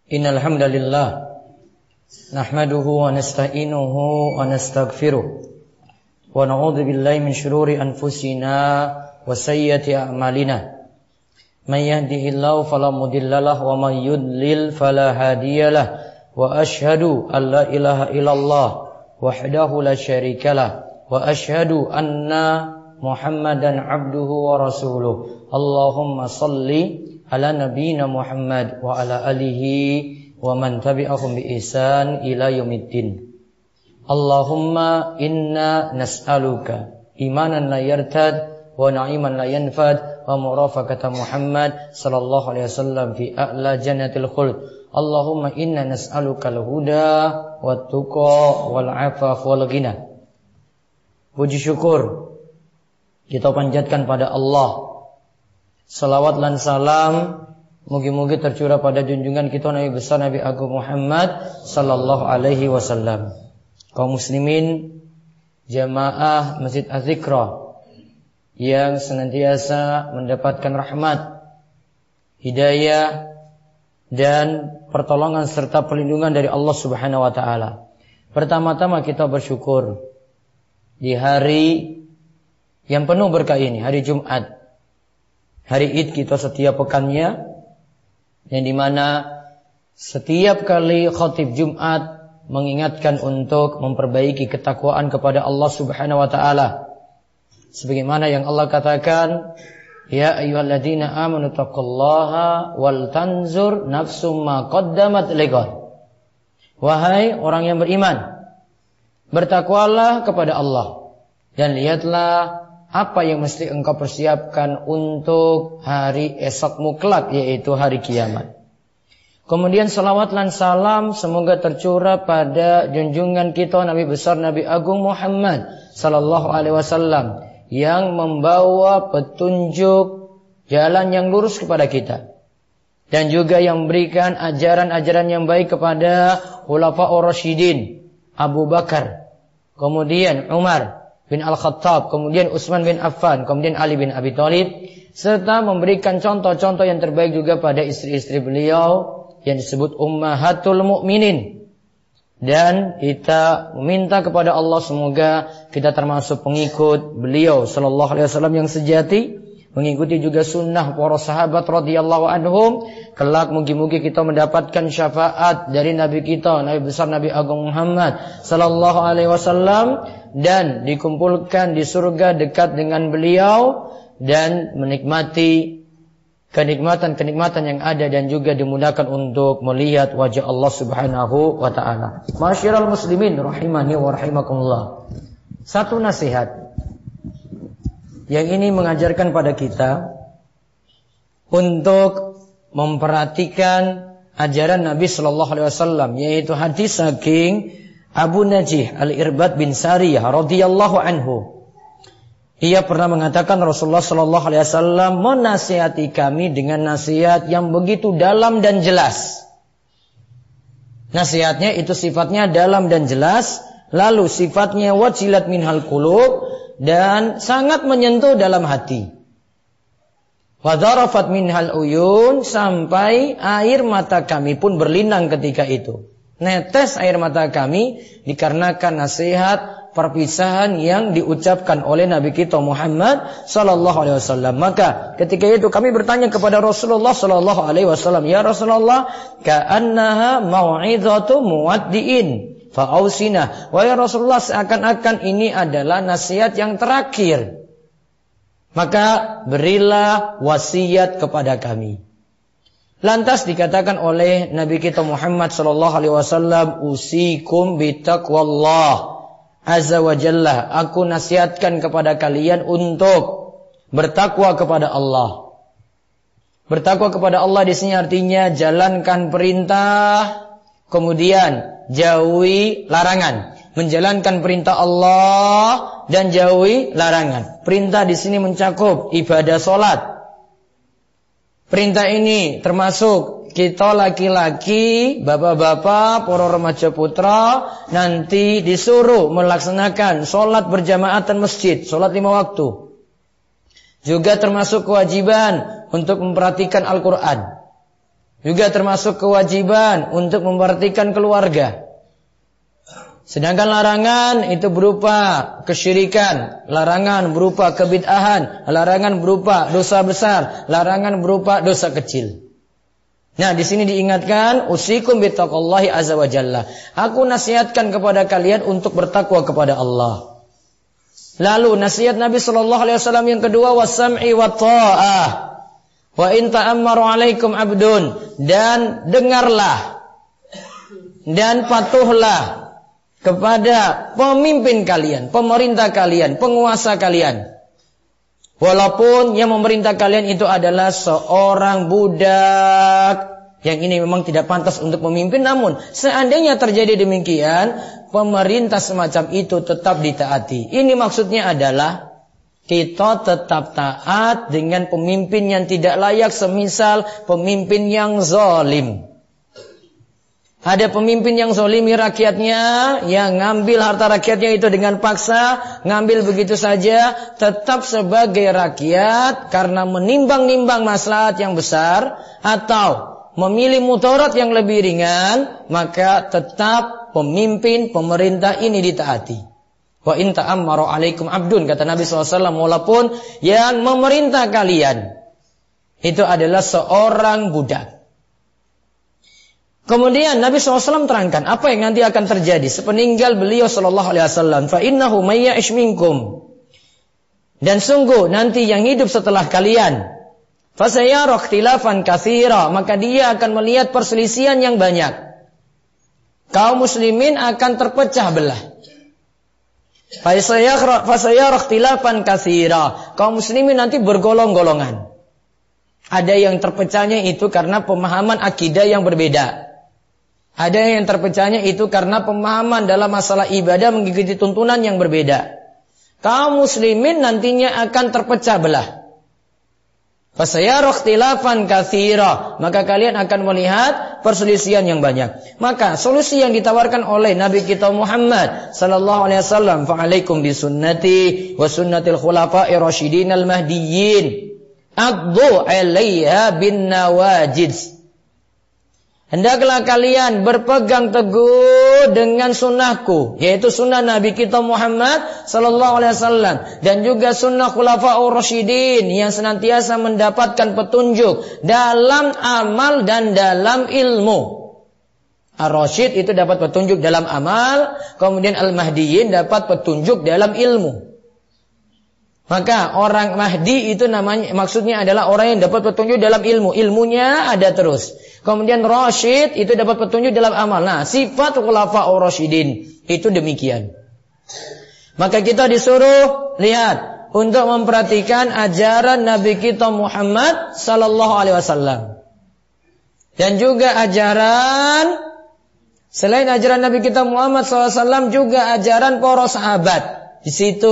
Innal hamdalillah nahmaduhu wa nasta'inuhu wa nastaghfiruh wa na'udzu billahi min shururi anfusina wa sayyiati a'malina. May yahdihillahu fala mudhillalah wa may yudlil fala hadiyalah. Wa asyhadu an la ilaha illallah wahdahu la syarikalah wa asyhadu anna Muhammadan abduhu wa rasuluh. Allahumma salli ala nabiyyina Muhammad wa ala alihi wa man tabi'ahum bi ihsan ila yaumiddin. Allahumma inna nas'aluka imanan la yartad wa na'iman la yanfad wa murafaqata Muhammad sallallahu alaihi wasallam fi a'la jannatil khuld. Allahumma inna nas'aluka al-huda wat tuqa wal 'afaf wal ghina. Puji syukur kita panjatkan pada Allah. Salawat dan salam mugi-mugi tercurah pada junjungan kita Nabi besar Nabi Agung Muhammad sallallahu alaihi wasallam. Kaum muslimin jamaah Masjid Az-Zikra yang senantiasa mendapatkan rahmat, hidayah dan pertolongan serta perlindungan dari Allah Subhanahu wa taala. Pertama-tama kita bersyukur di hari yang penuh berkah ini, hari Jumat. Hari Id kita setiap pekannya, yang dimana setiap kali khatib Jumat mengingatkan untuk memperbaiki ketakwaan kepada Allah Subhanahu wa taala. Sebagaimana yang Allah katakan, ya ayyuhalladzina amanu taqullaha wal tanzur nafsum ma qaddamat lighad. Wahai orang yang beriman, bertakwalah kepada Allah dan lihatlah apa yang mesti engkau persiapkan untuk hari esokmu kelak, yaitu hari kiamat. Kemudian salawat dan salam semoga tercurah pada junjungan kita Nabi besar Nabi Agung Muhammad sallallahu alaihi wasallam yang membawa petunjuk jalan yang lurus kepada kita, dan juga yang memberikan ajaran-ajaran yang baik kepada khulafaur rasyidin, Abu Bakar, kemudian Umar bin Al-Khattab, kemudian Utsman bin Affan, kemudian Ali bin Abi Thalib, serta memberikan contoh-contoh yang terbaik juga pada istri-istri beliau yang disebut ummahatul mukminin. Dan kita meminta kepada Allah semoga kita termasuk pengikut beliau sallallahu alaihi wasallam yang sejati, mengikuti juga sunnah para sahabat radhiyallahu anhum. Kelak mugi-mugi kita mendapatkan syafaat dari Nabi kita, Nabi besar Nabi Agung Muhammad sallallahu alaihi wasallam, dan dikumpulkan di surga dekat dengan beliau dan menikmati kenikmatan-kenikmatan yang ada, dan juga dimudahkan untuk melihat wajah Allah Subhanahu wa taala. Masyiral muslimin rahimani wa rahimakumullah. Satu nasihat yang ini mengajarkan pada kita untuk memperhatikan ajaran Nabi sallallahu alaihi wasallam, yaitu hadis saking Abu Najih Al-Irbad bin Sariyah radhiyallahu anhu. Ia pernah mengatakan Rasulullah sallallahu alaihi wasallam menasihati kami dengan nasihat yang begitu dalam dan jelas. Nasihatnya itu sifatnya dalam dan jelas, lalu sifatnya wajilat minhal qulub, dan sangat menyentuh dalam hati. Wa dharafat minhal uyun, sampai air mata kami pun berlinang ketika itu. Netes air mata kami dikarenakan nasihat perpisahan yang diucapkan oleh Nabi kita Muhammad sallallahu alaihi wasallam. Maka ketika itu kami bertanya kepada Rasulullah sallallahu alaihi wasallam, ya Rasulullah, ka'annaha mau'izatu muwaddi'in fa'ausina. Wahai Rasulullah, seakan-akan ini adalah nasihat yang terakhir, maka berilah wasiat kepada kami. Lantas dikatakan oleh Nabi kita Muhammad sallallahu alaihi wasallam, usikum bitaqwallah azza wa jalla. Aku nasihatkan kepada kalian untuk bertakwa kepada Allah. Bertakwa kepada Allah di sini artinya jalankan perintah, kemudian jauhi larangan. Menjalankan perintah Allah dan jauhi larangan. Perintah di sini mencakup ibadah salat. Perintah ini termasuk kita laki-laki, bapak-bapak, para remaja putra nanti disuruh melaksanakan sholat berjamaah dan masjid, sholat 5 waktu. Juga termasuk kewajiban untuk memperhatikan Al-Quran. Juga termasuk kewajiban untuk memperhatikan keluarga. Sedangkan larangan itu berupa kesyirikan, larangan berupa kebid'ahan, larangan berupa dosa besar, larangan berupa dosa kecil. Nah, di sini diingatkan, usikum bittaqwallahi azza wa jalla. Aku nasihatkan kepada kalian untuk bertakwa kepada Allah. Lalu nasihat Nabi sallallahu alaihi wasallam yang kedua, wasam'i wa ta'ah. Wa in ta'ammaru 'alaikum 'abdun, dan dengarlah dan patuhlah kepada pemimpin kalian, pemerintah kalian, penguasa kalian. Walaupun yang memerintah kalian itu adalah seorang budak, yang ini memang tidak pantas untuk memimpin, namun seandainya terjadi demikian, pemerintah semacam itu tetap ditaati. Ini maksudnya adalah kita tetap taat dengan pemimpin yang tidak layak, semisal pemimpin yang zalim. Ada pemimpin yang zalimi rakyatnya, yang ngambil harta rakyatnya itu dengan paksa, ngambil begitu saja, tetap sebagai rakyat karena menimbang-nimbang maslahat yang besar atau memilih mudarat yang lebih ringan, maka tetap pemimpin pemerintah ini ditaati. Wa in ta'ammaru 'alaikum 'abdun, kata Nabi SAW, walaupun yang memerintah kalian itu adalah seorang budak. Kemudian Nabi SAW terangkan apa yang nanti akan terjadi sepeninggal beliau SAW. Fa innahu may ya'ish minkum, dan sungguh nanti yang hidup setelah kalian, fa sayara ikhtilafan katsira, maka dia akan melihat perselisihan yang banyak. Kaum muslimin akan terpecah belah. Fa sayara ikhtilafan katsira, kaum muslimin nanti bergolong-golongan. Ada yang terpecahnya itu karena pemahaman akidah yang berbeda. Ada yang terpecahnya itu karena pemahaman dalam masalah ibadah mengikuti tuntunan yang berbeda. Kaum muslimin nantinya akan terpecah belah. Fasayara ikhtilafan katsira, maka kalian akan melihat perselisihan yang banyak. Maka solusi yang ditawarkan oleh Nabi kita Muhammad sallallahu alaihi wasallam, fa alaikum bisunnati wa sunnatil khulafa'ir rasyidin al mahdiyyin, addu 'alaiha bin nawajid. Hendaklah kalian berpegang teguh dengan sunnahku, yaitu sunnah Nabi kita Muhammad sallallahu alaihi wasallam, dan juga sunnah khulafaur rasyidin yang senantiasa mendapatkan petunjuk dalam amal dan dalam ilmu. Ar-Rasyid itu dapat petunjuk dalam amal, kemudian Al-Mahdiyin dapat petunjuk dalam ilmu. Maka orang Mahdi itu namanya, maksudnya adalah orang yang dapat petunjuk dalam ilmu, ilmunya ada terus. Kemudian Rasyid itu dapat petunjuk dalam amal. Nah, sifat khulafaur rasyidin itu demikian. Maka kita disuruh lihat untuk memperhatikan ajaran Nabi kita Muhammad sallallahu alaihi wasallam. Dan juga ajaran selain ajaran Nabi kita Muhammad sallallahu alaihi wasallam, juga ajaran para sahabat. Di situ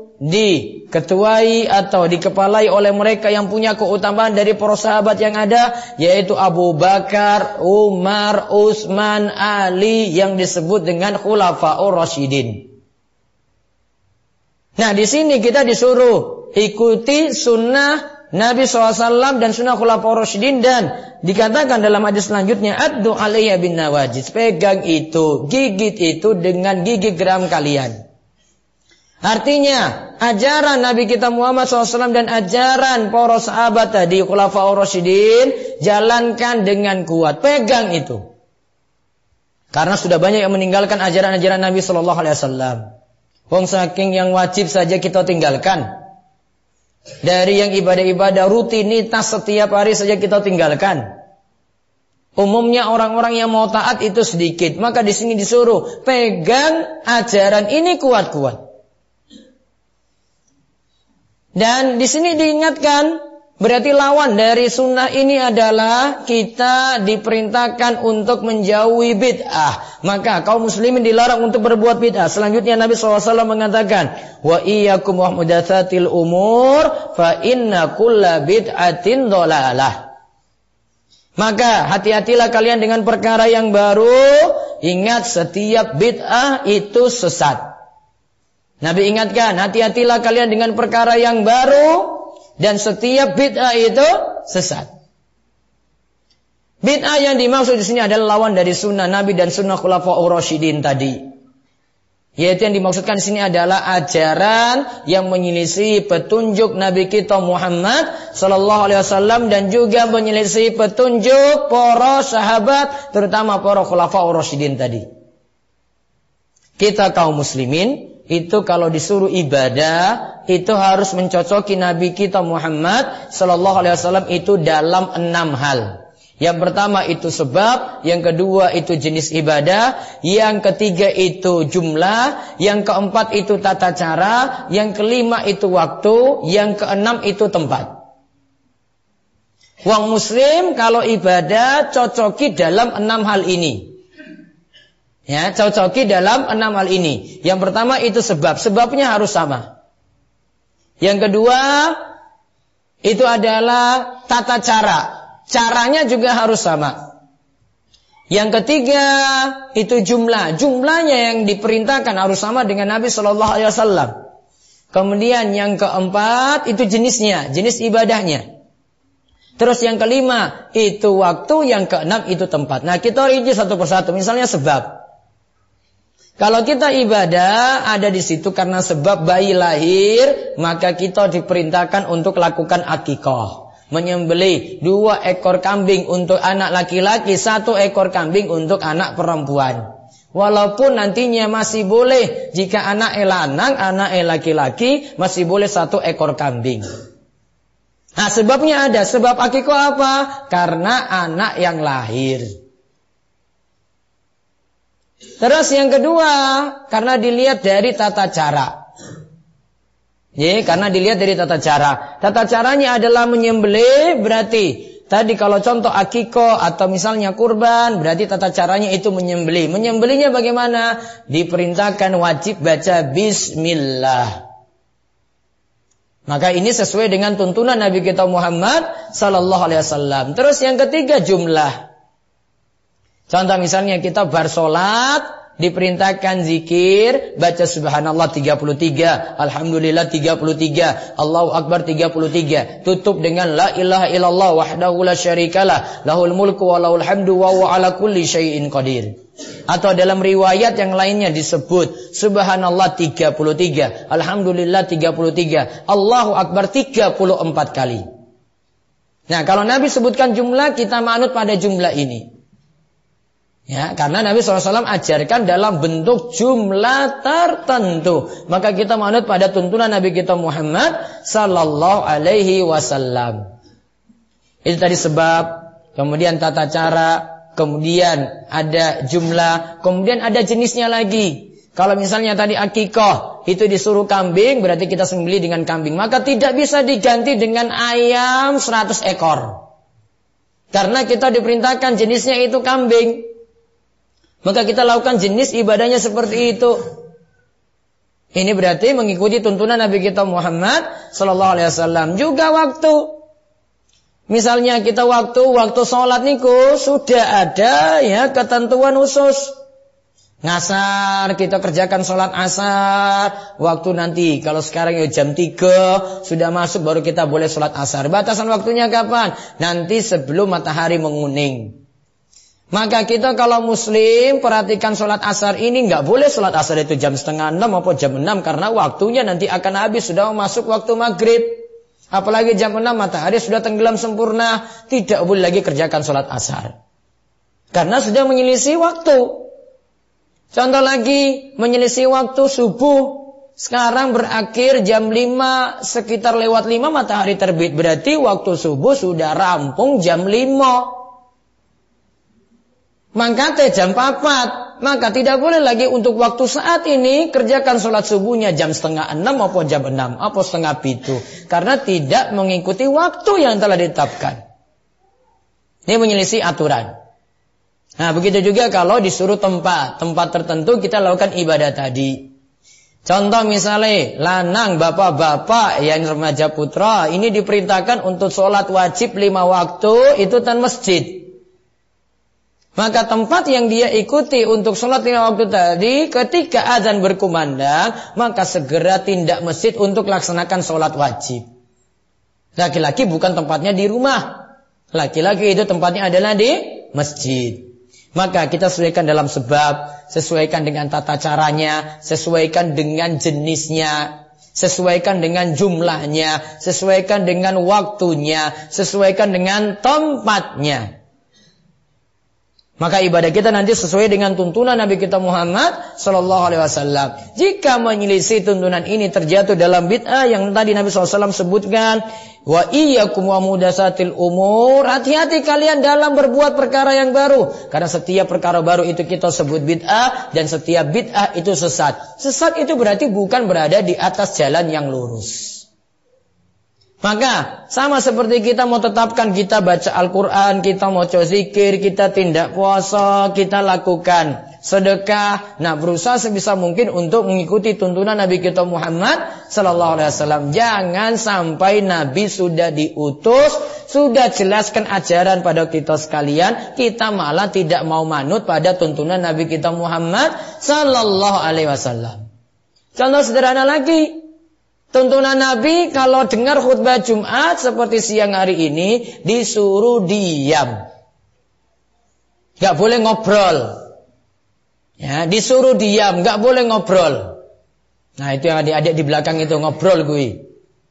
diketuai atau dikepalai oleh mereka yang punya keutamaan dari para sahabat yang ada, yaitu Abu Bakar, Umar, Utsman, Ali, yang disebut dengan khulafaur rasyidin. Nah, di sini kita disuruh ikuti sunnah Nabi SAW dan sunnah khulafaur rasyidin, dan dikatakan dalam hadis selanjutnya, addu 'alaiha bin nawajid, pegang itu, gigit itu dengan gigi geram kalian. Artinya, ajaran Nabi kita Muhammad SAW dan ajaran para sahabat tadi, khulafaur rasyidin, jalankan dengan kuat, pegang itu. Karena sudah banyak yang meninggalkan ajaran-ajaran Nabi SAW. Wong saking yang wajib saja kita tinggalkan. Dari yang ibadah-ibadah rutinitas setiap hari saja kita tinggalkan. Umumnya orang-orang yang mau taat itu sedikit. Maka di sini disuruh pegang ajaran ini kuat-kuat. Dan di sini diingatkan, berarti lawan dari sunnah ini adalah kita diperintahkan untuk menjauhi bid'ah. Maka kaum muslimin dilarang untuk berbuat bid'ah. Selanjutnya Nabi SAW mengatakan, wa iyyakum wa muhdatsatil umur fa inna kulla bid'atin dhalalah. Maka hati-hatilah kalian dengan perkara yang baru. Ingat, setiap bid'ah itu sesat. Nabi ingatkan, hati-hatilah kalian dengan perkara yang baru, dan setiap bid'ah itu sesat. Bid'ah yang dimaksud di sini adalah lawan dari sunnah Nabi dan sunnah Khulafaur Rasyidin tadi. Yaitu yang dimaksudkan di sini adalah ajaran yang menyelisih petunjuk Nabi kita Muhammad sallallahu alaihi wasallam dan juga menyelisih petunjuk para sahabat, terutama para Khulafaur Rasyidin tadi. Kita kaum muslimin itu kalau disuruh ibadah itu harus mencocoki Nabi kita Muhammad sallallahu alaihi wasallam itu dalam 6 hal. Yang pertama itu sebab, yang kedua itu jenis ibadah, yang ketiga itu jumlah, yang keempat itu tata cara, yang kelima itu waktu, yang keenam itu tempat. Wong muslim kalau ibadah cocoki dalam 6 hal ini. Ya, cocoki dalam 6 hal ini. Yang pertama itu sebab, sebabnya harus sama. Yang kedua itu adalah tata cara. Caranya juga harus sama. Yang ketiga itu jumlah. Jumlahnya yang diperintahkan harus sama dengan Nabi Shallallahu Alaihi Wasallam. Kemudian yang keempat itu jenisnya, jenis ibadahnya. Terus yang kelima itu waktu, yang keenam itu tempat. Nah kita rinci satu persatu. Misalnya sebab. Kalau kita ibadah ada di situ karena sebab bayi lahir, maka kita diperintahkan untuk lakukan akikah. Menyembelih 2 ekor kambing untuk anak laki-laki, 1 ekor kambing untuk anak perempuan. Walaupun nantinya masih boleh jika anak lanang, anak laki-laki masih boleh 1 ekor kambing. Nah sebabnya ada, sebab akikah apa? Karena anak yang lahir. Terus yang kedua, karena dilihat dari tata cara. Ya, karena dilihat dari tata cara. Tata caranya adalah menyembelih, berarti tadi kalau contoh akikah atau misalnya kurban, berarti tata caranya itu menyembelih. Menyembelihnya bagaimana? Diperintahkan wajib baca bismillah. Maka ini sesuai dengan tuntunan Nabi kita Muhammad sallallahu alaihi wasallam. Terus yang ketiga jumlah. Contoh misalnya kita bersolat, diperintahkan zikir, baca subhanallah 33, alhamdulillah 33, Allahu akbar 33, tutup dengan la ilaha illallah wahdahu la syarikalah, lahul mulku wa lahul hamdu wa huwa ala kulli syai'in qadir. Atau dalam riwayat yang lainnya disebut subhanallah 33, alhamdulillah 33, Allahu akbar 34 kali. Nah, kalau Nabi sebutkan jumlah, kita manut pada jumlah ini. Ya, karena Nabi SAW ajarkan dalam bentuk jumlah tertentu. Maka kita manut pada tuntunan Nabi kita Muhammad Sallallahu Alaihi Wasallam. Itu tadi sebab, kemudian tata cara, kemudian ada jumlah, kemudian ada jenisnya lagi. Kalau misalnya tadi akikah, itu disuruh kambing, berarti kita sembelih dengan kambing. Maka tidak bisa diganti dengan ayam 100 ekor. Karena kita diperintahkan jenisnya itu kambing. Maka kita lakukan jenis ibadahnya seperti itu. Ini berarti mengikuti tuntunan Nabi kita Muhammad sallallahu alaihi wasallam. Juga waktu. Misalnya kita waktu sholat niku sudah ada ya ketentuan khusus. Ngasar kita kerjakan sholat asar. Waktu nanti kalau sekarang ya jam 3 sudah masuk baru kita boleh sholat asar. Batasan waktunya kapan? Nanti sebelum matahari menguning. Maka kita kalau muslim perhatikan sholat asar ini nggak boleh sholat asar itu jam 5:30 maupun jam 6 karena waktunya nanti akan habis sudah masuk waktu maghrib. Apalagi jam 6 matahari sudah tenggelam sempurna, tidak boleh lagi kerjakan sholat asar karena sudah menyelisih waktu. Contoh lagi menyelisih waktu subuh. Sekarang berakhir jam 5 sekitar lewat 5 matahari terbit, berarti waktu subuh sudah rampung jam 5. Maka jam 4, maka tidak boleh lagi untuk waktu saat ini kerjakan sholat subuhnya jam 5:30 maupun jam 6 atau 6:30 karena tidak mengikuti waktu yang telah ditetapkan. Ini menyelisih aturan. Nah begitu juga kalau disuruh tempat tertentu kita lakukan ibadah tadi. Contoh misalnya lanang bapak-bapak yang remaja putra ini diperintahkan untuk sholat wajib 5 waktu itu tan masjid. Maka tempat yang dia ikuti untuk sholat 5 waktu tadi, ketika azan berkumandang, maka segera tindak masjid untuk laksanakan sholat wajib. Laki-laki bukan tempatnya di rumah. Laki-laki itu tempatnya adalah di masjid. Maka kita sesuaikan dalam sebab, sesuaikan dengan tata caranya, sesuaikan dengan jenisnya, sesuaikan dengan jumlahnya, sesuaikan dengan waktunya, sesuaikan dengan tempatnya. Maka ibadah kita nanti sesuai dengan tuntunan Nabi kita Muhammad sallallahu alaihi wasallam. Jika menyelisih tuntunan ini terjatuh dalam bid'ah yang tadi Nabi SAW sebutkan, wa iyyakum wa muhdatsatil umur, hati-hati kalian dalam berbuat perkara yang baru. Karena setiap perkara baru itu kita sebut bid'ah, dan setiap bid'ah itu sesat. Sesat itu berarti bukan berada di atas jalan yang lurus. Maka sama seperti kita mau tetapkan kita baca Al-Quran, kita mau zikir, kita tindak puasa, kita lakukan sedekah. Nah, berusaha sebisa mungkin untuk mengikuti tuntunan Nabi kita Muhammad sallallahu alaihi wasallam. Jangan sampai Nabi sudah diutus, sudah jelaskan ajaran pada kita sekalian, kita malah tidak mau manut pada tuntunan Nabi kita Muhammad sallallahu alaihi wasallam. Contoh sederhana lagi. Tuntunan Nabi kalau dengar khutbah Jumat seperti siang hari ini disuruh diam. Gak boleh ngobrol. Ya, disuruh diam, gak boleh ngobrol. Nah, itu yang adik-adik di belakang itu ngobrol gue.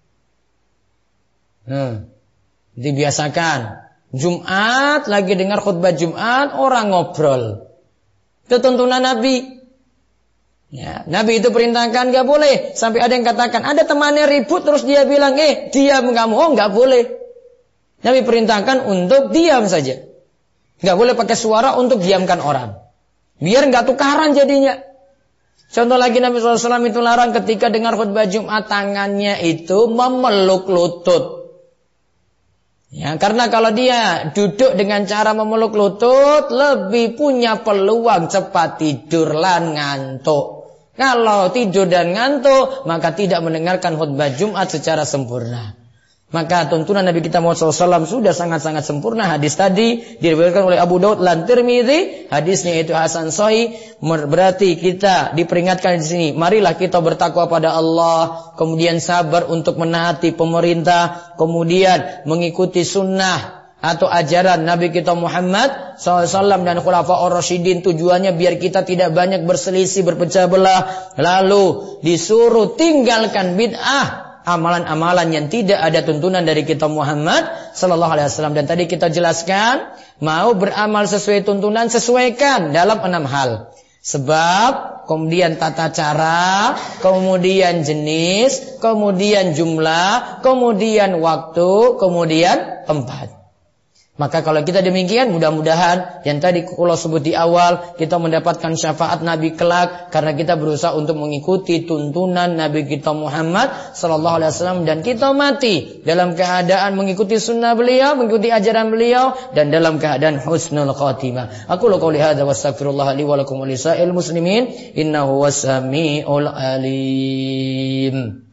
Dibiasakan. Jumat lagi dengar khutbah Jumat orang ngobrol. Itu tuntunan Nabi. Ya, Nabi itu perintahkan gak boleh. Sampai ada yang katakan ada temannya ribut terus dia bilang diam kamu. Oh, gak boleh. Nabi perintahkan untuk diam saja. Gak boleh pakai suara untuk diamkan orang, biar gak tukaran jadinya. Contoh lagi Nabi SAW itu larang ketika dengar khutbah Jumat tangannya itu memeluk lutut. Ya, karena kalau dia duduk dengan cara memeluk lutut lebih punya peluang cepat tidur lan ngantuk. Kalau tidur dan ngantuk, maka tidak mendengarkan khutbah Jumat secara sempurna. Maka tuntunan Nabi kita Muhammad SAW sudah sangat-sangat sempurna. Hadis tadi diriwayatkan oleh Abu Daud dan Tirmidzi, hadisnya itu hasan sahih. Berarti kita diperingatkan di sini, marilah kita bertakwa pada Allah, kemudian sabar untuk menaati pemerintah, kemudian mengikuti sunnah atau ajaran Nabi kita Muhammad SAW dan Khulafaur Rasyidin. Tujuannya biar kita tidak banyak berselisih, berpecah belah. Lalu disuruh tinggalkan bid'ah, amalan-amalan yang tidak ada tuntunan dari kita Muhammad sallallahu alaihi wasallam. Dan tadi kita jelaskan, mau beramal sesuai tuntunan, sesuaikan dalam 6 hal. Sebab, kemudian tata cara, kemudian jenis, kemudian jumlah, kemudian waktu, kemudian tempat. Maka kalau kita demikian, mudah-mudahan yang tadi kalau sebut di awal, kita mendapatkan syafaat Nabi kelak karena kita berusaha untuk mengikuti tuntunan Nabi kita Muhammad sallallahu alaihi wasallam, dan kita mati dalam keadaan mengikuti sunnah beliau, mengikuti ajaran beliau, dan dalam keadaan husnul khatimah. Aku qouli hadza wastaghfirullah li wa lakum wa lisa'il muslimin innahu was-sami'ul alim.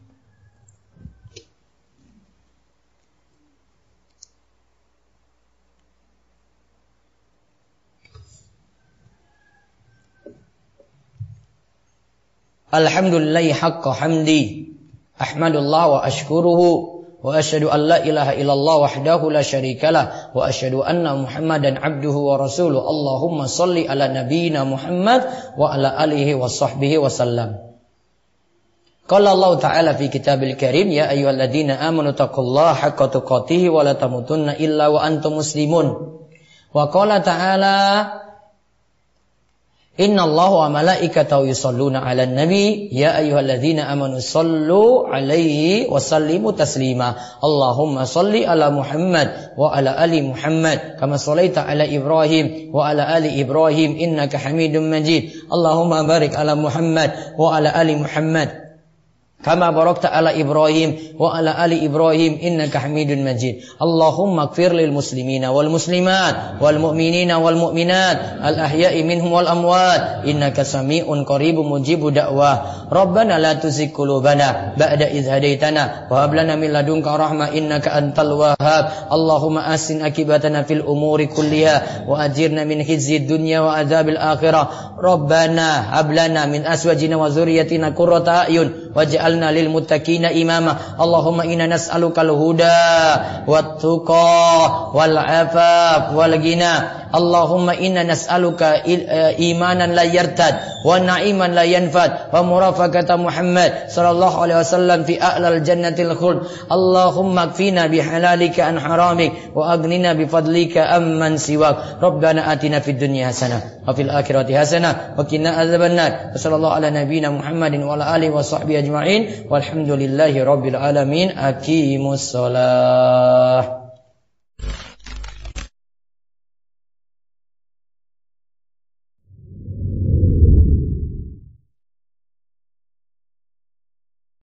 Alhamdulillahi haqqa hamdi, ahmadullah wa ashkuruhu, wa asyhadu an la ilaha illallah wahdahu la syarikalah, wa asyhadu anna Muhammadan abduhu wa rasuluh. Allahumma salli ala nabiyyina Muhammad wa ala alihi wa sahbihi wa sallam. Qala Allah Ta'ala fi kitabil karim, ya ayyuhalladzina amanu taqullaha haqqa tuqatih wa la tamutunna illa wa antum muslimun. Wa qala Ta'ala, Inna Allaha wa malaikatahu yusholluna 'alan nabi ya ayyuhalladzina amanu shallu 'alaihi wa sallimu taslima. Allahumma shalli ala Muhammad wa ala ali Muhammad kama shallaita ala Ibrahim wa ala ali Ibrahim innaka Hamidum Majid. Allahumma barik ala Muhammad wa ala ali Muhammad kama barakta ala Ibrahim wa ala ali Ibrahim innaka Hamidun Majid. Allahumma ighfir lil muslimina wal muslimat wal mu'minina wal mu'minat al ahya'i minhum wal amwat innaka sami'un qaribun mujibud da'wah. Rabbana la tuzigh qulubana ba'da idh hadaitana wa hab lana min ladunka rahmah innaka antal wahhab. Allahumma ahsin akibatana fil umuri kulliha wa ajirna min khizyid dunya wa adzabil akhirah. Rabbana hab lana min azwajina wa dzurriyyatina qurrata a'yun waj'alna lil muttaqina imama. Allahumma inna nas'alukal huda wat tuqa wal afaf wal ghina. Allahumma inna nas'aluka imanan la yartad wa na'iman la yanfad wa murafaqata Muhammad sallallahu alaihi wasallam fi a'lal jannatil khuld. Allahumma kfina bihalalika an haramik wa aghnina bifadlika amman siwak. Rabbana atina fid dunya hasanah wa fil akhirati hasanah wa qina adzabannar. Sallallahu ala nabiyyina Muhammadin wa ala alihi wa sahbihi ajma'in. Walhamdulillahi rabbil alamin. Aqimus shalah.